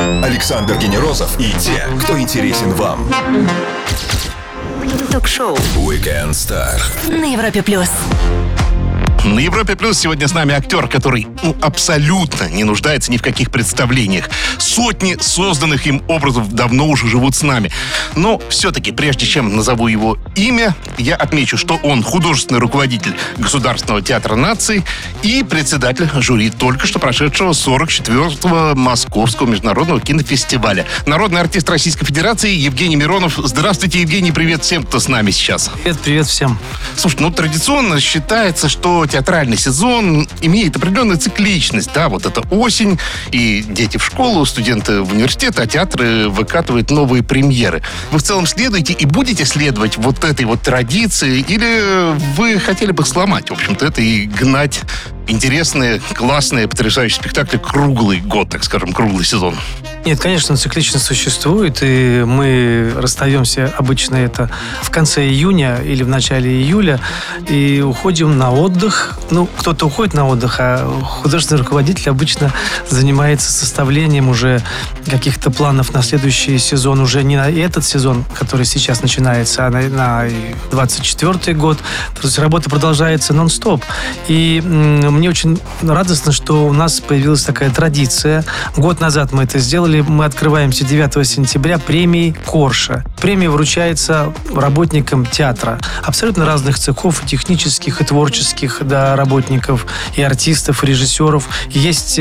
Александр Генерозов и те, кто интересен вам. Ток-шоу Weekend Star на Европе+. На Европе Плюс сегодня с нами актер, который абсолютно не нуждается ни в каких представлениях. Сотни созданных им образов давно уже живут с нами. Но все-таки, прежде чем назову его имя, я отмечу, что он художественный руководитель Государственного театра наций и председатель жюри только что прошедшего 44-го Московского международного кинофестиваля. Народный артист Российской Федерации Евгений Миронов. Здравствуйте, Евгений, привет всем, кто с нами сейчас. Привет всем. Слушай, традиционно считается, что театральный сезон имеет определенную цикличность. Да, вот это осень, и дети в школу, студенты в университет, а театры выкатывают новые премьеры. Вы в целом следуете и будете следовать вот этой вот традиции, или вы хотели бы сломать, в общем-то, это и гнать интересные, классные, потрясающие спектакли круглый год, так скажем, круглый сезон? Нет, конечно, цикличность существует, и мы расстаемся обычно это в конце июня или в начале июля, и уходим на отдых. Кто-то уходит на отдых, а художественный руководитель обычно занимается составлением уже каких-то планов на следующий сезон, уже не на этот сезон, который сейчас начинается, а на 24-й год. То есть работа продолжается нон-стоп. И мне очень радостно, что у нас появилась такая традиция. Год назад мы это сделали. Мы открываемся 9 сентября премией «Корша». Премия вручается работникам театра абсолютно разных цехов, и технических, и творческих, да, работников, и артистов, и режиссеров. Есть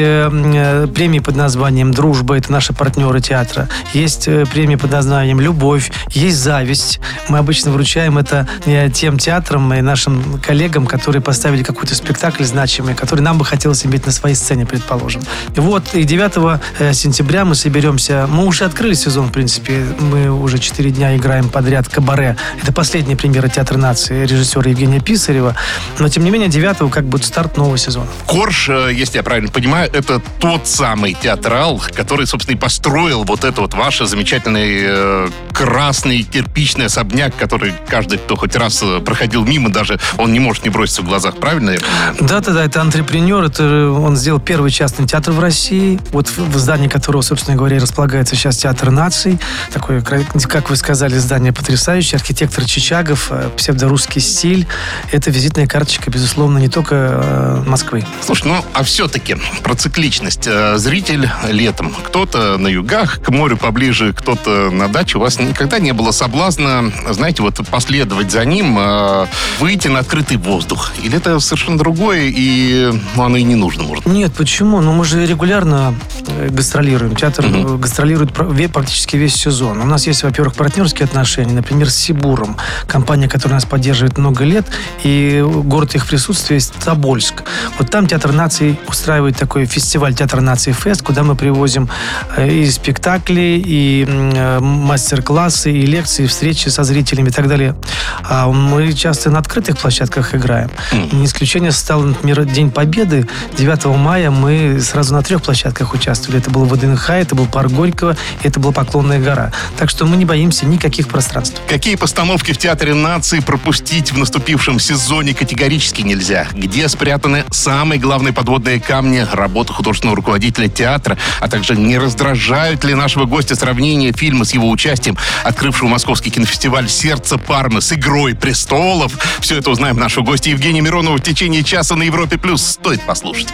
премии под названием «Дружба», это наши партнеры театра. Есть премии под названием «Любовь», есть «Зависть». Мы обычно вручаем это тем театрам и нашим коллегам, которые поставили какой-то спектакль значимый, который нам бы хотелось иметь на своей сцене, предположим. И 9 сентября мы соберемся. Мы уже открыли сезон, в принципе. Мы уже 4 дня играем подряд «Кабаре». Это последняя премьера Театра нации режиссера Евгения Писарева. Но, тем не менее, 9-го как бы старт нового сезона. «Корж», если я правильно понимаю, это тот самый театрал, который, собственно, и построил вот это вот ваш замечательный красный кирпичный особняк, который каждый, кто хоть раз проходил мимо, даже он не может не броситься в глазах. Правильно? Да, это антрепренер. Он сделал первый частный театр в России. Вот в здании которого, собственно говоря, располагается сейчас Театр наций. Такое, как вы сказали, здание потрясающее. Архитектор Чичагов, псевдорусский стиль. Это визитная карточка, безусловно, не только Москвы. Слушай, а все-таки про цикличность. Зритель летом. Кто-то на югах, к морю поближе, кто-то на даче. У вас никогда не было соблазна, знаете, вот последовать за ним, выйти на открытый воздух? Или это совершенно другое, и оно и не нужно, может? Нет, почему? Мы же регулярно гастролируем. Театр гастролирует практически весь сезон. У нас есть, во-первых, партнерские отношения, например, с Сибуром, компания, которая нас поддерживает много лет, и город их присутствия – Тобольск. Вот там Театр наций устраивает такой фестиваль Театр наций фест, куда мы привозим и спектакли, и мастер-классы, и лекции, и встречи со зрителями и так далее. А мы часто на открытых площадках играем. Не исключение стал, например, День Победы. 9 мая мы сразу на 3 площадках участвовали. Это был ВДНХ, это был парк Горького, это была Поклонная гора. Так что мы не боимся никаких пространств. Какие постановки в Театре наций пропустить в наступившем сезоне категорически нельзя? Где спрятаны самые главные подводные камни работы художественного руководителя театра? А также не раздражают ли нашего гостя сравнения фильма с его участием, открывшего Московский кинофестиваль «Сердце Пармы» с «Игрой престолов»? Все это узнаем нашего гостя Евгения Миронова в течение часа на Европе+. Стоит послушать.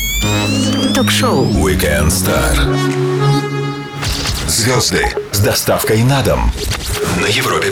Ток-шоу Weekend Star. Звезды с доставкой на дом на Европе+.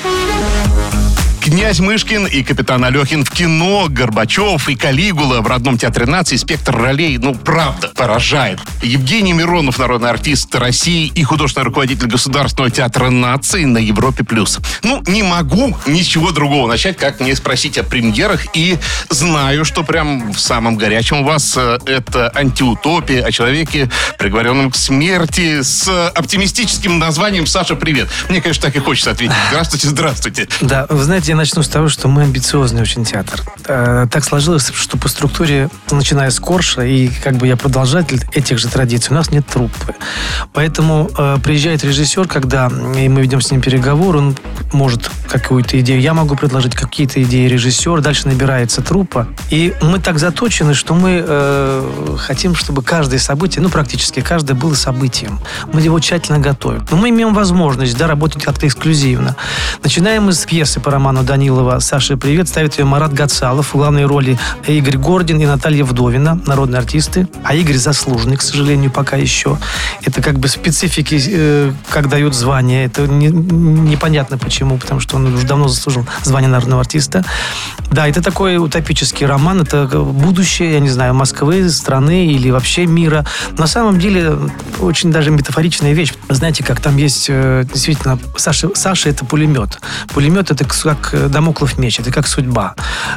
Князь Мышкин и капитан Алехин в кино, Горбачев и Калигула в родном Театре наций. Спектр ролей, правда, поражает. Евгений Миронов, народный артист России и художественный руководитель Государственного театра наций на Европе+. Не могу ничего другого начать, как не спросить о премьерах. И знаю, что прям в самом горячем у вас это антиутопия о человеке, приговоренном к смерти, с оптимистическим названием «Саша, привет». Мне, конечно, так и хочется ответить. Здравствуйте. Да, вы знаете, я начну с того, что мы амбициозный очень театр. Так сложилось, что по структуре, начиная с Корша, и как бы я продолжатель этих же традиций, у нас нет труппы. Поэтому приезжает режиссер, когда мы ведем с ним переговор, он может какую-то идею, я могу предложить какие-то идеи режиссера, дальше набирается труппа. И мы так заточены, что мы хотим, чтобы каждое событие, практически каждое было событием. Мы его тщательно готовим. Но мы имеем возможность, работать как-то эксклюзивно. Начинаем мы с пьесы по роману Данилова «Саша, привет». Ставит ее Марат Гацалов. В главной роли Игорь Гордин и Наталья Вдовина, народные артисты. А Игорь заслуженный, к сожалению, пока еще. Это как бы специфики, как дают звание. Это непонятно почему, потому что он уже давно заслужил звание народного артиста. Да, это такой утопический роман. Это будущее, я не знаю, Москвы, страны или вообще мира. На самом деле, очень даже метафоричная вещь. Знаете, как там есть действительно... Саша это пулемет. Пулемет это как дамоклов меч, это как судьба.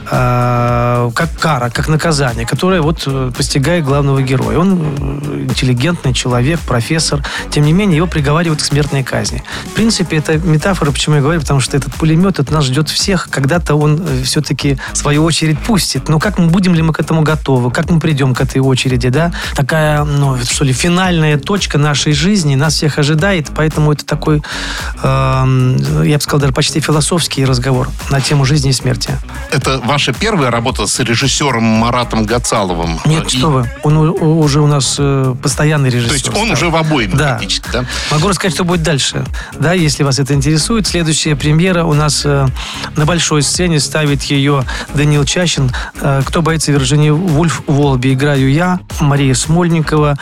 Как кара, как наказание, которое постигает главного героя. Он интеллигентный человек, профессор. Тем не менее, его приговаривают к смертной казни. В принципе, это метафора, почему я говорю, потому что этот пулемет, это нас ждет всех. Когда-то он все-таки свою очередь пустит. Но будем ли мы к этому готовы? Как мы придем к этой очереди, да? Такая, финальная точка нашей жизни нас всех ожидает, поэтому это такой, я бы сказал, даже почти философский разговор на тему жизни и смерти. Это ваша первая работа с режиссером Маратом Гацаловым? Нет, что вы. Он уже у нас постоянный режиссер. То есть он уже в обоих практически, да? Могу рассказать, что будет дальше. Да, если вас это интересует. Следующая премьера у нас на большой сцене, ставит ее Даниил Чащин. «Кто боится Вирджинии Вульф» Волби играю я, Мария Смольникова,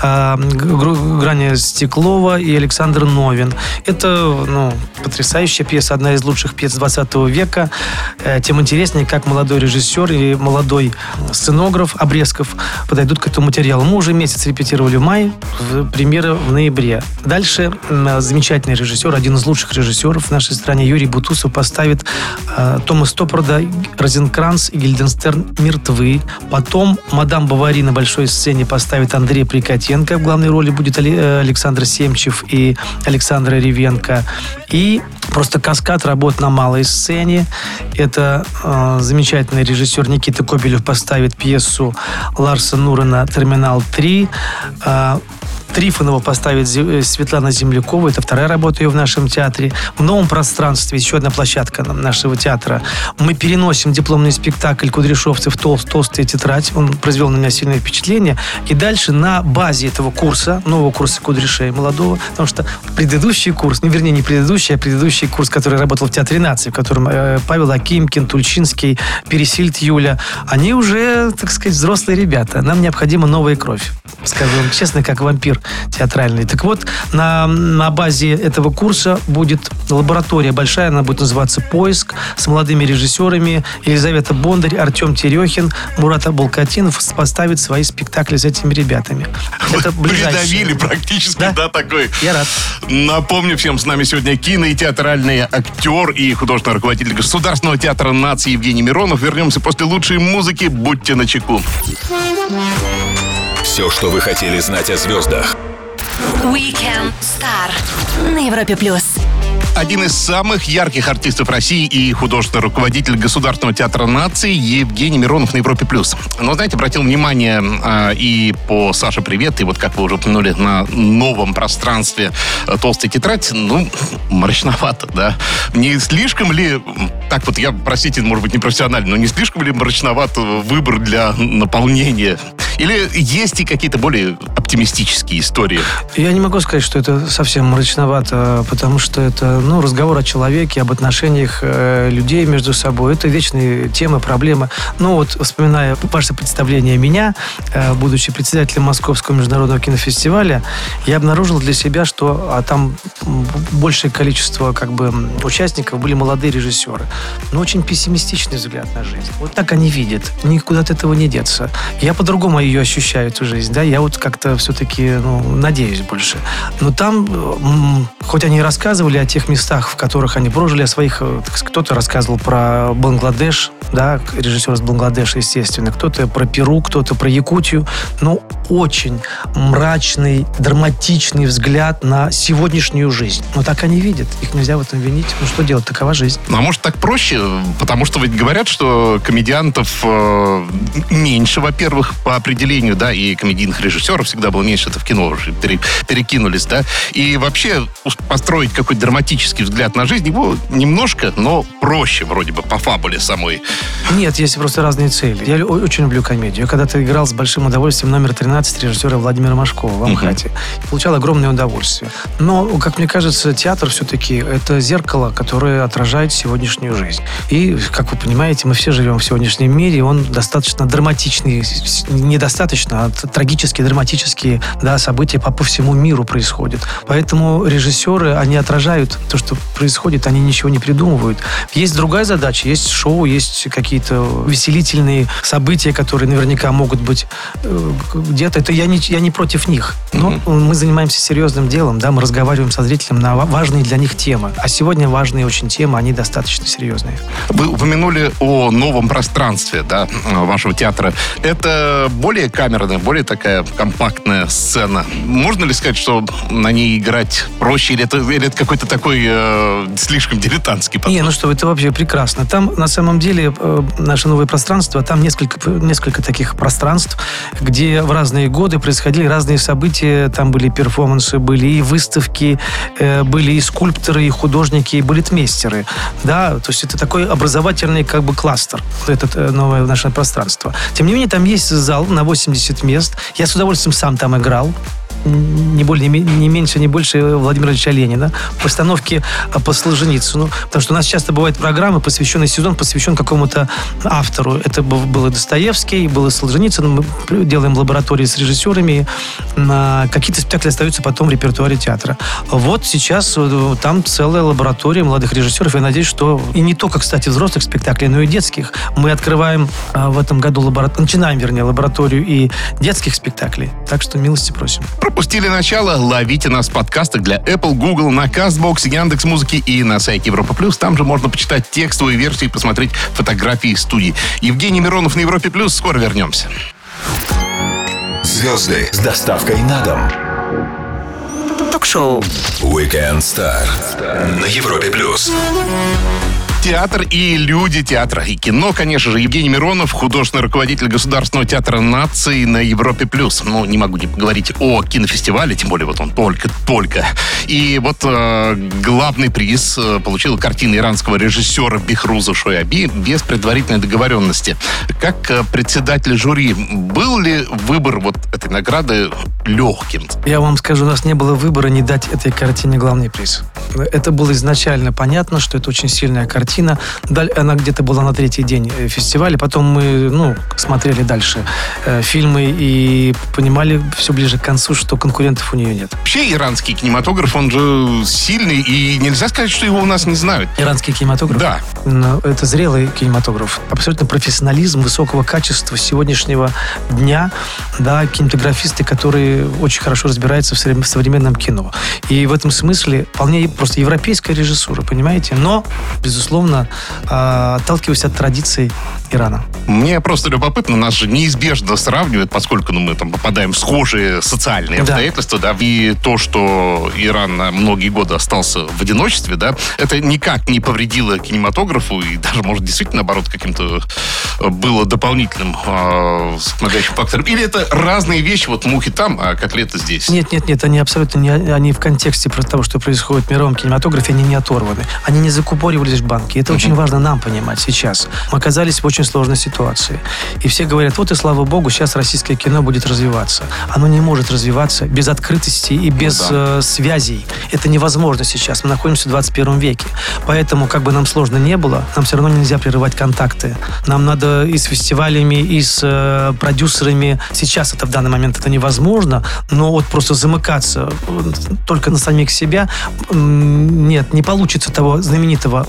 Граня Стеклова и Александр Новин. Это потрясающая пьеса, одна из лучших пьес 20 века. Тем интереснее, как молодой режиссер и молодой сценограф Обрезков подойдут к этому материалу. Мы уже месяц репетировали в мае, премьера в ноябре. Дальше замечательный режиссер, один из лучших режиссеров в нашей стране, Юрий Бутусов, поставит Тома Стоппарда «Розенкранц и Гильденстерн мертвы». Потом «Мадам Бовари» на большой сцене поставит Андрей Прикотенко. В главной роли будет Александр Семчев и Александра Ревенко. И просто каскад работ на малой сцене. Это замечательный режиссер Никита Кобелев поставит пьесу Ларса Нурена «Терминал 3». Трифонова поставит Светлана Землякова. Это вторая работа ее в нашем театре. В новом пространстве, еще одна площадка нашего театра, мы переносим дипломный спектакль Кудряшовцев «Толстая тетрадь». Он произвел на меня сильное впечатление. И дальше на базе этого курса, нового курса Кудряшей, молодого, потому что предыдущий курс, не предыдущий курс, который работал в Театре нации, в котором Павел Акимкин, Тульчинский, Пересильд Юля, они уже, так сказать, взрослые ребята. Нам необходима новая кровь. Скажу вам честно, как вампир театральный. Так вот, на базе этого курса будет лаборатория большая, она будет называться «Поиск», с молодыми режиссерами. Елизавета Бондарь, Артем Терехин, Мурат Абулкатинов поставят свои спектакли с этими ребятами. Это придавили практически, да, такой. Я рад. Напомню всем, с нами сегодня кино- и театральный актер и художественный руководитель Государственного театра нации Евгений Миронов. Вернемся после лучшей музыки. Будьте начеку. Все, что вы хотели знать о звездах. Weekend Star на Европе плюс. Один из самых ярких артистов России и художественный руководитель Государственного театра нации Евгений Миронов на Европе+. Но, знаете, обратил внимание и по «Саше, привет», и как вы уже упомянули, на новом пространстве «Толстая тетрадь», мрачновато, да? Не слишком ли, я, простите, может быть, непрофессионально, но не слишком ли мрачноват выбор для наполнения? Или есть и какие-то более оптимистические истории? Я не могу сказать, что это совсем мрачновато, потому что это разговор о человеке, об отношениях людей между собой. Это вечные темы, проблемы. Вспоминая ваше представление меня, будучи председателем Московского международного кинофестиваля, я обнаружил для себя, что там большее количество участников были молодые режиссеры. Но очень пессимистичный взгляд на жизнь. Вот так они видят. Никуда от этого не деться. Я по-другому ее ощущаю, эту жизнь. Да? Я как-то все-таки надеюсь больше. Но там, хоть они и рассказывали о тех местах, местах, в которых они прожили, о своих... Кто-то рассказывал про Бангладеш, да, режиссер из Бангладеша, естественно, кто-то про Перу, кто-то про Якутию. Но очень мрачный, драматичный взгляд на сегодняшнюю жизнь. Но так они видят. Их нельзя в этом винить. Ну, что делать? Такова жизнь. Ну, а может, так проще? Потому что ведь говорят, что комедиантов меньше, во-первых, по определению, да, и комедийных режиссеров всегда было меньше, это в кино уже перекинулись, да. И вообще построить какой-то драматический взгляд на жизнь его немножко, но проще вроде бы по фабуле самой. Нет, есть просто разные цели. Я очень люблю комедию. Я когда-то играл с большим удовольствием номер 13 режиссера Владимира Машкова в Амхате. Получал огромное удовольствие. Но, как мне кажется, театр все-таки это зеркало, которое отражает сегодняшнюю жизнь. И, как вы понимаете, мы все живем в сегодняшнем мире, он достаточно драматичный, недостаточно, а трагические, драматические, да, события по всему миру происходят. Поэтому режиссеры, они отражают то, что происходит, они ничего не придумывают. Есть другая задача, есть шоу, есть какие-то веселительные события, которые наверняка могут быть где-то. Это я не против них. Но мы занимаемся серьезным делом, да, мы разговариваем со зрителем на важные для них темы. А сегодня важные очень темы, они достаточно серьезные. Вы упомянули о новом пространстве, да, вашего театра. Это более камерная, более такая компактная сцена. Можно ли сказать, что на ней играть проще, или это какой-то такой слишком дилетантский подход? Не, ну что, это вообще прекрасно. Там, на самом деле, наше новое пространство, там несколько таких пространств, где в разные годы происходили разные события. Там были перформансы, были и выставки, были и скульпторы, и художники, и балетмейстеры. Да, то есть это такой образовательный как бы кластер, это новое наше пространство. Тем не менее, там есть зал на 80 мест. Я с удовольствием сам там играл. Не меньше, не больше Владимира Ильича Ленина. Постановки по Солженицыну. Потому что у нас часто бывают программы, сезон посвящен какому-то автору. Это был и Достоевский, был и Солженицын. Мы делаем лаборатории с режиссерами. Какие-то спектакли остаются потом в репертуаре театра. Вот сейчас там целая лаборатория молодых режиссеров. Я надеюсь, что и не только, кстати, взрослых спектаклей, но и детских. Мы открываем в этом году начинаем лабораторию и детских спектаклей. Так что милости просим. Пропустили начало? Ловите нас в подкастах для Apple, Google, на Castbox, Яндекс.Музыки и на сайте Европа Плюс. Там же можно почитать текстовые версии и посмотреть фотографии студии. Евгений Миронов на Европе Плюс. Скоро вернемся. Звезды с доставкой на дом. Ток-шоу Weekend Star на Европе Плюс. Театр и люди театра. И кино, конечно же. Евгений Миронов, художественный руководитель Государственного театра нации на Европе+. Ну, не могу не поговорить о кинофестивале, тем более вот он только. И вот главный приз получила картина иранского режиссера Бехруза Шойаби без предварительной договоренности. Как председатель жюри, был ли выбор вот этой награды легким? Я вам скажу, у нас не было выбора не дать этой картине главный приз. Это было изначально понятно, что это очень сильная картина. Она где-то была на третий день фестиваля. Потом мы смотрели дальше фильмы и понимали все ближе к концу, что конкурентов у нее нет. Вообще иранский кинематограф, он же сильный, и нельзя сказать, что его у нас не знают. Иранский кинематограф? Да. Это зрелый кинематограф. Абсолютно профессионализм высокого качества сегодняшнего дня. Да, кинематографисты, которые очень хорошо разбираются в современном кино. И в этом смысле вполне просто европейская режиссура, понимаете? Но, безусловно, отталкиваясь от традиций Ирана. Мне просто любопытно, нас же неизбежно сравнивают, поскольку мы там попадаем в схожие социальные обстоятельства, да, и то, что Иран на многие годы остался в одиночестве, да, это никак не повредило кинематографу, и даже, может, действительно, наоборот, каким-то было дополнительным вспомогающим фактором. Или это разные вещи, вот мухи там, а котлеты здесь? Нет, они абсолютно не, они в контексте того, что происходит в мировом кинематографе, они не оторваны. Они не закупоривались в банке. Это очень важно нам понимать сейчас. Мы оказались в очень сложной ситуации. И все говорят, вот и слава богу, сейчас российское кино будет развиваться. Оно не может развиваться без открытости и без связей. Это невозможно сейчас. Мы находимся в 21 веке. Поэтому, как бы нам сложно не было, нам все равно нельзя прерывать контакты. Нам надо и с фестивалями, и с продюсерами. Сейчас это в данный момент это невозможно, но вот просто замыкаться только на самих себя нет, не получится того знаменитого фантастического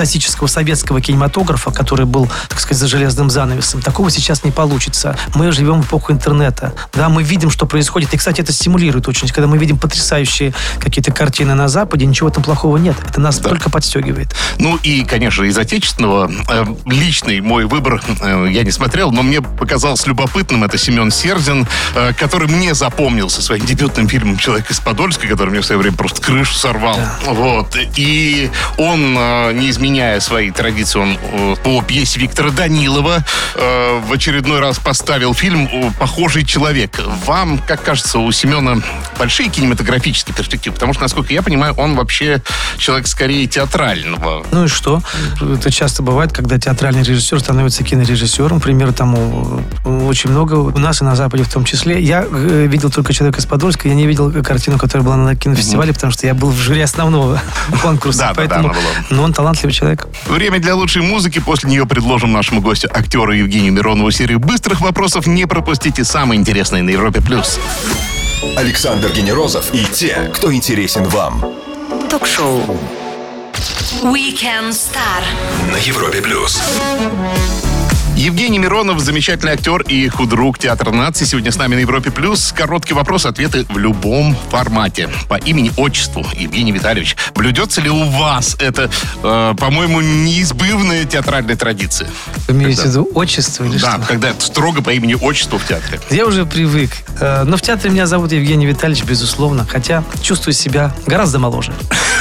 фантастического советского кинематографа, который был, так сказать, за железным занавесом. Такого сейчас не получится. Мы живем в эпоху интернета. Да, мы видим, что происходит. И, кстати, это стимулирует очень. Когда мы видим потрясающие какие-то картины на Западе, ничего в этом плохого нет. Это нас только подстегивает. Ну и, конечно, из отечественного личный мой выбор я не смотрел, но мне показалось любопытным. Это Семен Сердин, который мне запомнился своим дебютным фильмом «Человек из Подольска», который мне в свое время просто крышу сорвал. Да. Вот. И он, не изменяя своей традиции, он по пьесе Виктора Данилова в очередной раз поставил фильм «Похожий человек». Вам, как кажется, у Семена большие кинематографические перспективы? Потому что, насколько я понимаю, он вообще человек скорее театрального. Ну и что? Это часто бывает, когда театральный режиссер становится кинорежиссером. Пример тому очень много у нас и на Западе в том числе. Я видел только «Человека из Подольска». Я не видел картину, которая была на кинофестивале, потому что я был в жюри основного конкурса. Поэтому... Но он талантливый человек. Время для лучшей музыки. После нее предложим нашему гостю, актеру Евгению Миронову, серию быстрых вопросов. Не пропустите самые интересные на Европе+. Александр Генерозов и те, кто интересен вам. Ток-шоу Weekend Star На Европе+. Евгений Миронов, замечательный актер и худрук Театра нации. Сегодня с нами на Европе+. Короткий вопрос, ответы в любом формате. По имени-отчеству. Евгений Витальевич, блюдется ли у вас это, по-моему, неизбывная театральная традиция? Вы имеете в виду отчество или да, что? когда это строго по имени-отчеству в театре. Я уже привык. Но в театре меня зовут Евгений Витальевич, безусловно. Хотя чувствую себя гораздо моложе.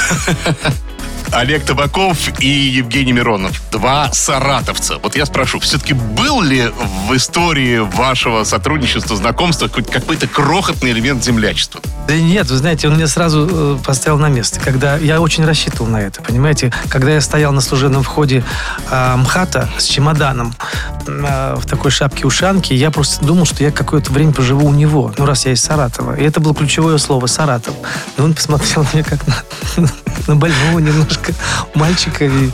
Олег Табаков и Евгений Миронов. Два саратовца. Вот я спрошу, все-таки был ли в истории вашего сотрудничества, знакомства какой-то крохотный элемент землячества? Да нет, вы знаете, он меня сразу поставил на место. Когда я очень рассчитывал на это, понимаете? Когда я стоял на служебном входе МХАТа с чемоданом в такой шапке-ушанке, я просто думал, что я какое-то время поживу у него. Ну, раз я из Саратова. И это было ключевое слово «Саратов». Но он посмотрел на меня как на больного немножко мальчика. И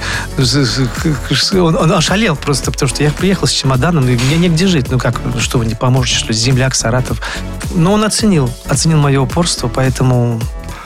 он ошалел просто, потому что я приехал с чемоданом, и мне негде жить. Ну как, что вы не поможете, что ли, земляк, Саратов. Но он оценил мое упорство, поэтому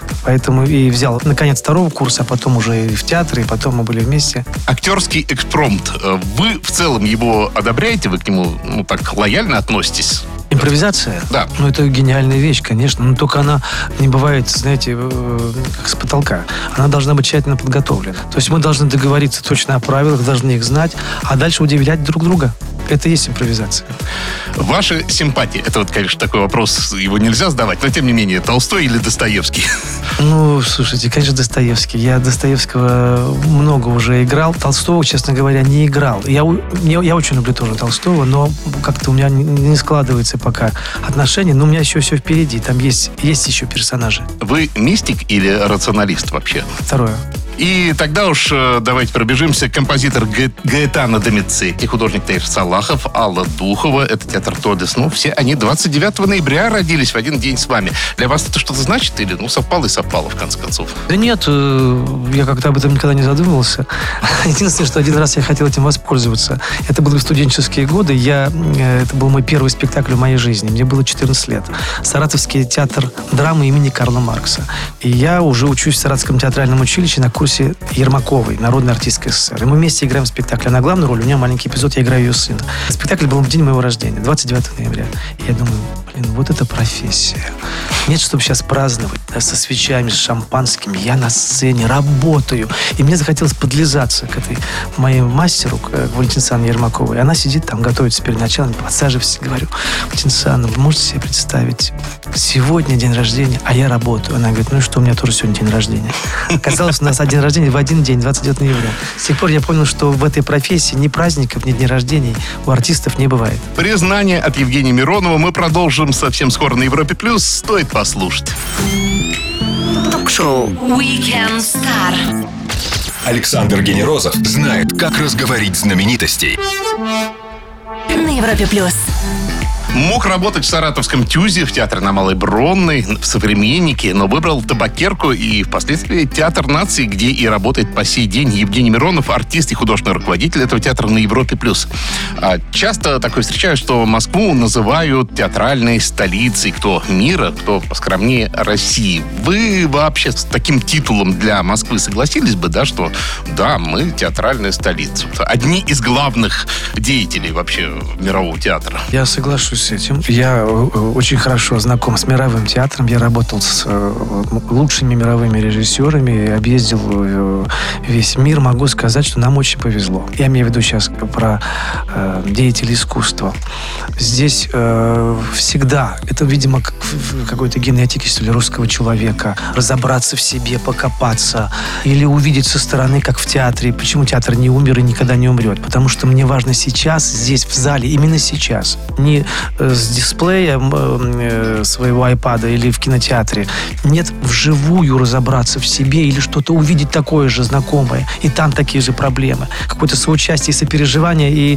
и взял, наконец, второго курса, а потом уже и в театре, и потом мы были вместе. Актерский экспромт. Вы в целом его одобряете? Вы к нему так лояльно относитесь? Импровизация? Да. Ну, это гениальная вещь, конечно. Но только она не бывает, знаете, как с потолка. Она должна быть тщательно подготовлена. То есть мы должны договориться точно о правилах, должны их знать, а дальше удивлять друг друга. Это и есть импровизация. Ваши симпатии. Это конечно, такой вопрос, его нельзя задавать, но тем не менее, Толстой или Достоевский? Ну, слушайте, конечно, Достоевский. Я Достоевского много уже играл. Толстого, честно говоря, не играл. Я очень люблю тоже Толстого, но как-то у меня не складывается пока отношения. Но у меня еще все впереди. Там есть еще персонажи. Вы мистик или рационалист вообще? Второе. И тогда уж давайте пробежимся. Композитор Гаэтано Домицетти, художник Таир Салахов, Алла Духова, это театр Тодес. Ну, все они 29 ноября родились в один день с вами. Для вас это что-то значит или совпало и совпало, в конце концов? Да нет, я как-то об этом никогда не задумывался. Единственное, что один раз я хотел этим воспользоваться. Это были студенческие годы. Это был мой первый спектакль в моей жизни. Мне было 14 лет. Саратовский театр драмы имени Карла Маркса. И я уже учусь в Саратовском театральном училище на курсе Ермаковой, народной артистской СССР. И мы вместе играем в спектакле. Она главную роль, у меня маленький эпизод, я играю ее сына. Спектакль был в день моего рождения, 29 ноября. И я думаю, вот это профессия. Нет, чтобы сейчас праздновать, да, со свечами, с шампанским. Я на сцене работаю. И мне захотелось подлизаться к этой моей мастеру, к Валентине Александровне Ермаковой. Она сидит там, готовится перед началом, подсаживаюсь и говорю: Валентина Александровна, вы можете себе представить, сегодня день рождения, а я работаю. Она говорит, ну и что, у меня тоже сегодня день рождения. Оказалось, у нас день рождения в один день, 29 ноября. С тех пор я понял, что в этой профессии ни праздников, ни дней рождений у артистов не бывает. Признание от Евгения Миронова. Мы продолжим совсем скоро на Европе+. Стоит послушать. Ток-шоу Weekend Star. Александр Генерозов знает, как разговорить знаменитостей. На Европе+. Мог работать в Саратовском ТЮЗе, в театре на Малой Бронной, в «Современнике», но выбрал табакерку и впоследствии Театр нации, где и работает по сей день Евгений Миронов, артист и художественный руководитель этого театра на Европе+. Часто такое встречаю, что Москву называют театральной столицей. Кто мира, кто поскромнее России. Вы вообще с таким титулом для Москвы согласились бы, да, что да, мы театральная столица? Одни из главных деятелей вообще мирового театра. Я соглашусь с этим. Я очень хорошо знаком с мировым театром. Я работал с лучшими мировыми режиссерами, объездил весь мир. Могу сказать, что нам очень повезло. Я имею в виду сейчас про деятелей искусства. Здесь всегда, это, видимо, какой-то генетики, что ли, русского человека, разобраться в себе, покопаться или увидеть со стороны, как в театре. Почему театр не умер и никогда не умрет? Потому что мне важно сейчас, здесь, в зале, именно сейчас. Не с дисплея своего айпада или в кинотеатре. Нет, вживую разобраться в себе или что-то увидеть такое же знакомое. И там такие же проблемы. Какое-то соучастие, сопереживание и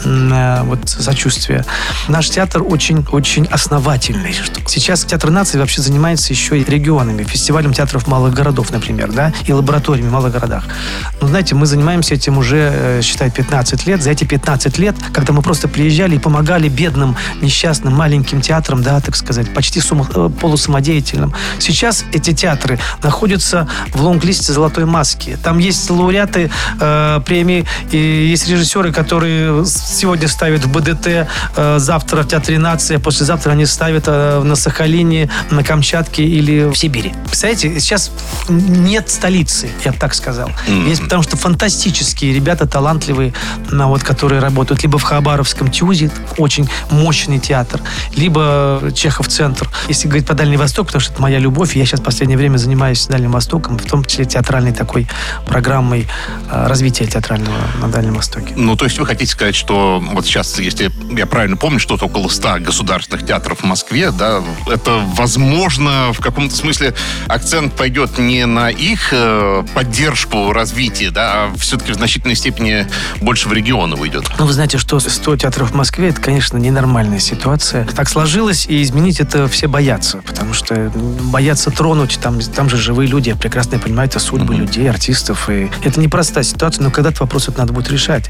вот сочувствие. Наш театр очень основательный. Сейчас Театр нации вообще занимается еще и регионами, фестивалем театров малых городов, например, да, и лабораториями в малых городах. Но, знаете, мы занимаемся этим уже, считай, 15 лет. За эти 15 лет, когда мы просто приезжали и помогали бедным, несчастным, маленьким театрам, да, так сказать, почти полусамодеятельным. Сейчас эти театры находятся в лонг-листе «Золотой маски». Там есть лауреаты премии, и есть режиссеры, которые сегодня ставят в БДТ, завтра в Театре нации, а послезавтра они ставят на Сахалине, на Камчатке или в Сибири. Представляете, сейчас нет столицы, я бы так сказал. Есть, потому что фантастические ребята, талантливые, вот, которые работают либо в Хабаровском ТЮЗе, очень мощный театр, либо Чехов-центр. Если говорить по Дальний Восток, потому что это моя любовь, и я сейчас в последнее время занимаюсь Дальним Востоком, в том числе театральной такой программой развития театрального на Дальнем Востоке. Ну, то есть вы хотите сказать, что вот сейчас, если я правильно помню, что-то около 100 государственных театров в Москве, да, это, возможно, в каком-то смысле акцент пойдет не на их поддержку развития, да, а все-таки в значительной степени больше в регионы уйдет. Ну, вы знаете, что 100 театров в Москве, это, конечно, ненормальная ситуация. Так сложилось, и изменить это все боятся, потому что боятся тронуть, там же живые люди, я прекрасно понимаю, это судьбы людей, артистов, и это непростая ситуация, но когда-то вопрос это надо будет решать.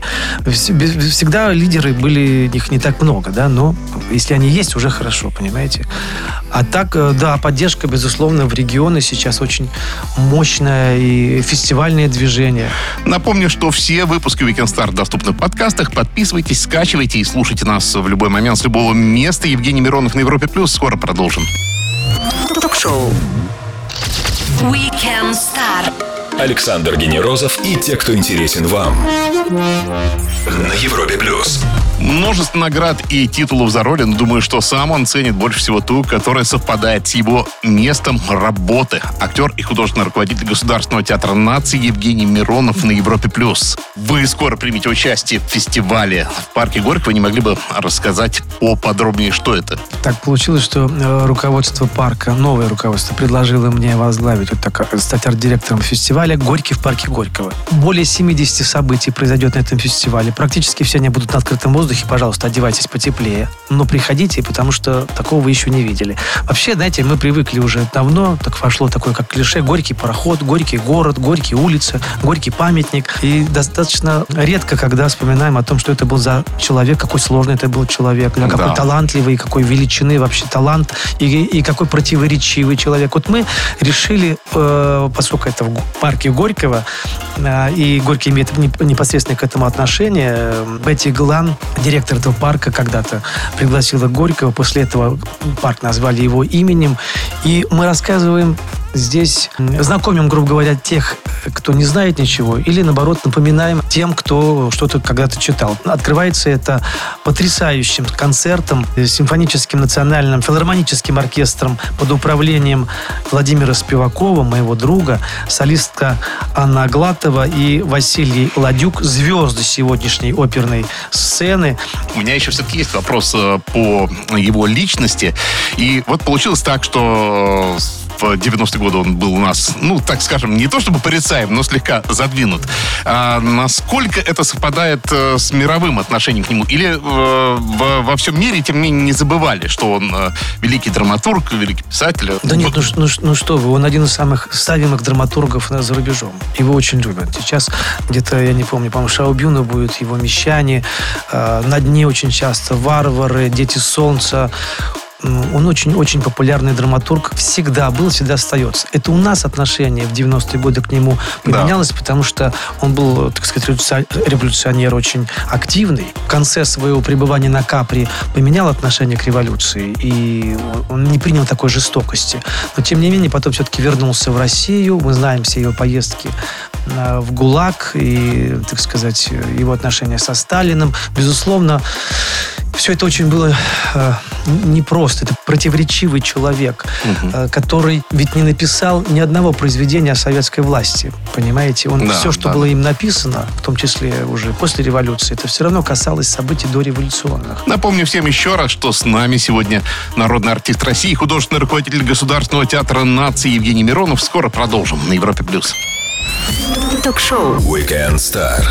Всегда лидеры были, их не так много, да, но если они есть, уже хорошо, понимаете? А так, да, поддержка, безусловно, в регионы сейчас очень мощное и фестивальное движение. Напомню, что все выпуски Weekend Star доступны в подкастах. Подписывайтесь, скачивайте и слушайте нас в любой момент с любого места. Евгений Миронов на Европе+. Скоро продолжим. Ток-шоу Weekend Star. Александр Генерозов и те, кто интересен вам. На Европе+. Множество наград и титулов за роли, но думаю, что сам он ценит больше всего ту, которая совпадает с его местом работы. Актер и художественный руководитель Государственного театра нации Евгений Миронов на Европе+. Вы скоро примете участие в фестивале в парке Горького. Не могли бы рассказать поподробнее, что это? Так получилось, что руководство парка, новое руководство, предложило мне возглавить, стать арт-директором фестиваля «Горький» в парке Горького. Более 70 событий произойдет на этом фестивале. Практически все они будут на открытом воздухе. Пожалуйста, одевайтесь потеплее. Но приходите, потому что такого вы еще не видели. Вообще, знаете, мы привыкли уже давно, так вошло такое, как клише, Горький пароход, Горький город, Горький улица, Горький памятник. И достаточно редко, когда вспоминаем о том, что это был за человек, какой сложный это был человек, какой талантливый, какой величины вообще талант, и какой противоречивый человек. Вот мы решили, поскольку это в парке Горького, и Горький имеет непосредственно к этому отношение, Бетти Глан, директор этого парка, когда-то пригласила Горького. После этого парк назвали его именем. И мы рассказываем здесь, знакомим, грубо говоря, тех, кто не знает ничего, или, наоборот, напоминаем тем, кто что-то когда-то читал. Открывается это потрясающим концертом с симфоническим национальным филармоническим оркестром под управлением Владимира Спивакова, моего друга, солистка Анна Аглатова и Василий Ладюк, звезды сегодняшней оперной сцены. У меня еще все-таки есть вопрос по его личности. И вот получилось так, что в 90-е годы он был у нас, так скажем, не то чтобы порицаем, но слегка задвинут. Насколько это совпадает с мировым отношением к нему? Или во всем мире, тем не менее, не забывали, что он великий драматург, великий писатель? Да нет, что вы, он один из самых ставимых драматургов за рубежом. Его очень любят. Сейчас где-то, я не помню, по-моему, Шаубюна будет, его «Мещане», «На дне» очень часто, «Варвары», «Дети солнца». Он очень-очень популярный драматург. Всегда был, всегда остается. Это у нас отношение в 90-е годы к нему поменялось, потому что он был, так сказать, революционер очень активный. В конце своего пребывания на Капри поменял отношение к революции, и он не принял такой жестокости. Но, тем не менее, потом все-таки вернулся в Россию. Мы знаем все его поездки в ГУЛАГ и, так сказать, его отношения со Сталиным. Безусловно, все это очень было непросто. Это противоречивый человек, который ведь не написал ни одного произведения о советской власти. Понимаете? Все, что было им написано, в том числе уже после революции, это все равно касалось событий дореволюционных. Напомню всем еще раз, что с нами сегодня народный артист России, художественный руководитель Государственного театра нации Евгений Миронов. Скоро продолжим на Европе+. Ток-шоу Weekend Star.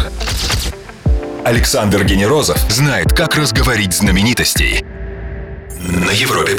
Александр Генерозов знает, как разговорить знаменитостей на Европе+.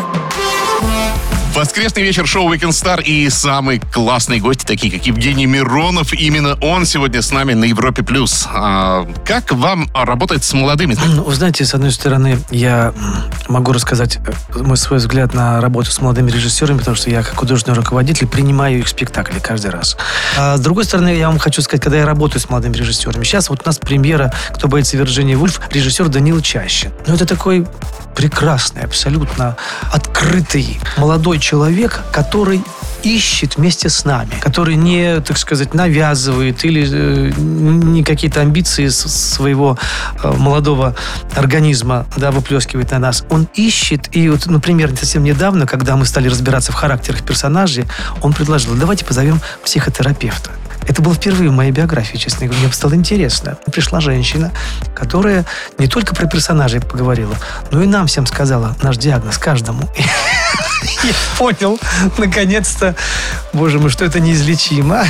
Воскресный вечер, шоу Weekend Star и самые классные гости, такие как Евгений Миронов. Именно он сегодня с нами на Европе+. Как вам работать с молодыми? Вы знаете, с одной стороны, я могу рассказать свой взгляд на работу с молодыми режиссерами, потому что я как художественный руководитель принимаю их спектакли каждый раз. А с другой стороны, я вам хочу сказать, когда я работаю с молодыми режиссерами. Сейчас вот у нас премьера «Кто боится Вирджинии Вульф», режиссер Даниил Чащин. Это такой прекрасный, абсолютно открытый молодой человек, который ищет вместе с нами, который не, так сказать, навязывает или не какие-то амбиции своего молодого организма выплескивает на нас. Он ищет, и вот, например, совсем недавно, когда мы стали разбираться в характерах персонажей, он предложил: давайте позовем психотерапевта. Это было впервые в моей биографии, честно говоря. Мне стало интересно. Пришла женщина, которая не только про персонажей поговорила, но и нам всем сказала наш диагноз, каждому. Я понял, наконец-то, боже мой, что это неизлечимо.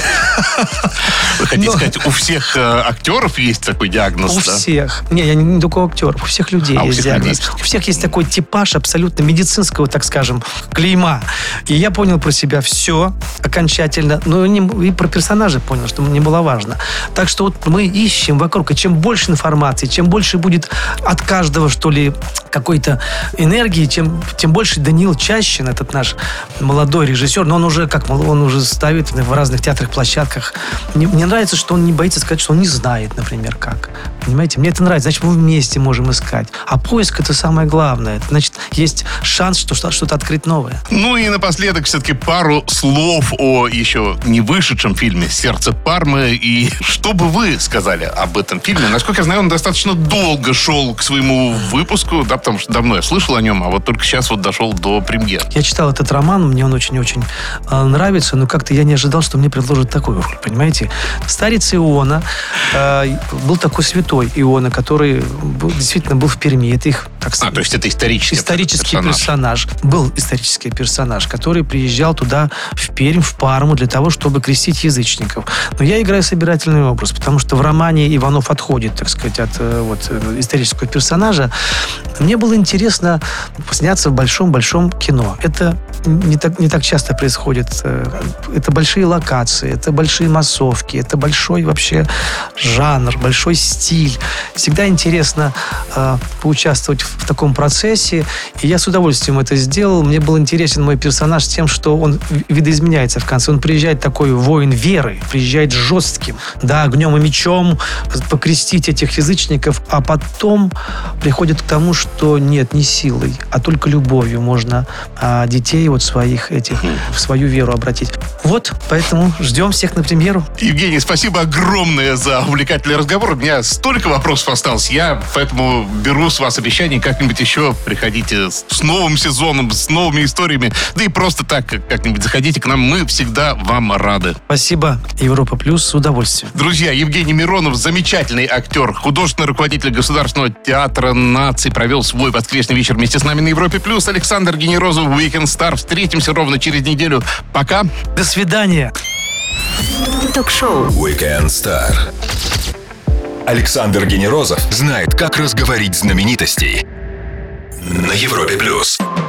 Вы хотите сказать, у всех актеров есть такой диагноз? У всех. Не, я не только у актеров, у всех людей есть диагноз. У всех есть такой типаж абсолютно медицинского, так скажем, клейма. И я понял про себя все окончательно, но и про персонажа понял, что мне было важно. Так что вот мы ищем вокруг, и чем больше информации, чем больше будет от каждого, что ли, какой-то энергии, тем больше Даниил Чащин, этот наш молодой режиссер, но он уже ставит в разных театрах, площадках. Мне нравится, что он не боится сказать, что он не знает, например, как. Понимаете? Мне это нравится. Значит, мы вместе можем искать. А поиск — это самое главное. Значит, есть шанс что-то открыть новое. И напоследок все-таки пару слов о еще не вышедшем фильме «Сердце Пармы». И что бы вы сказали об этом фильме? Насколько я знаю, он достаточно долго шел к своему выпуску, потому что давно я слышал о нем, а вот только сейчас вот дошел до премьеры. Я читал этот роман, мне он очень-очень нравится, но как-то я не ожидал, что мне предложат такую роль, понимаете? Старец Иона, был такой святой Иона, который действительно был в Перми. Это их, так сказать, то есть это исторический персонаж. Был исторический персонаж, который приезжал туда, в Пермь, в Парму, для того, чтобы крестить язычников. Но я играю собирательный образ, потому что в романе Иванов отходит, так сказать, от исторического персонажа. Мне было интересно сняться в большом-большом кино. Это не так часто происходит. Это большие локации, это большие массовки, это большой вообще жанр, большой стиль. Всегда интересно поучаствовать в таком процессе. И я с удовольствием это сделал. Мне был интересен мой персонаж тем, что он видоизменяется в конце. Он приезжает такой воин веры, приезжает жестким, огнем и мечом покрестить этих язычников, а потом приходит к тому, что нет, не силой, а только любовью можно детей своих этих в свою веру обратить. Поэтому ждем всех на премьеру. Евгений, спасибо огромное за увлекательный разговор. У меня столько столько вопросов осталось. Я поэтому беру с вас обещание как-нибудь еще приходите с новым сезоном, с новыми историями. Да и просто так как-нибудь заходите к нам. Мы всегда вам рады. Спасибо. Европа Плюс, с удовольствием. Друзья, Евгений Миронов, замечательный актер, художественный руководитель Государственного театра наций, провел свой воскресный вечер вместе с нами на Европе Плюс. Александр Генерозов, Weekend Star. Встретимся ровно через неделю. Пока. До свидания. Ток-шоу Weekend Star. Александр Генерозов знает, как разговорить знаменитостей на Европе Плюс.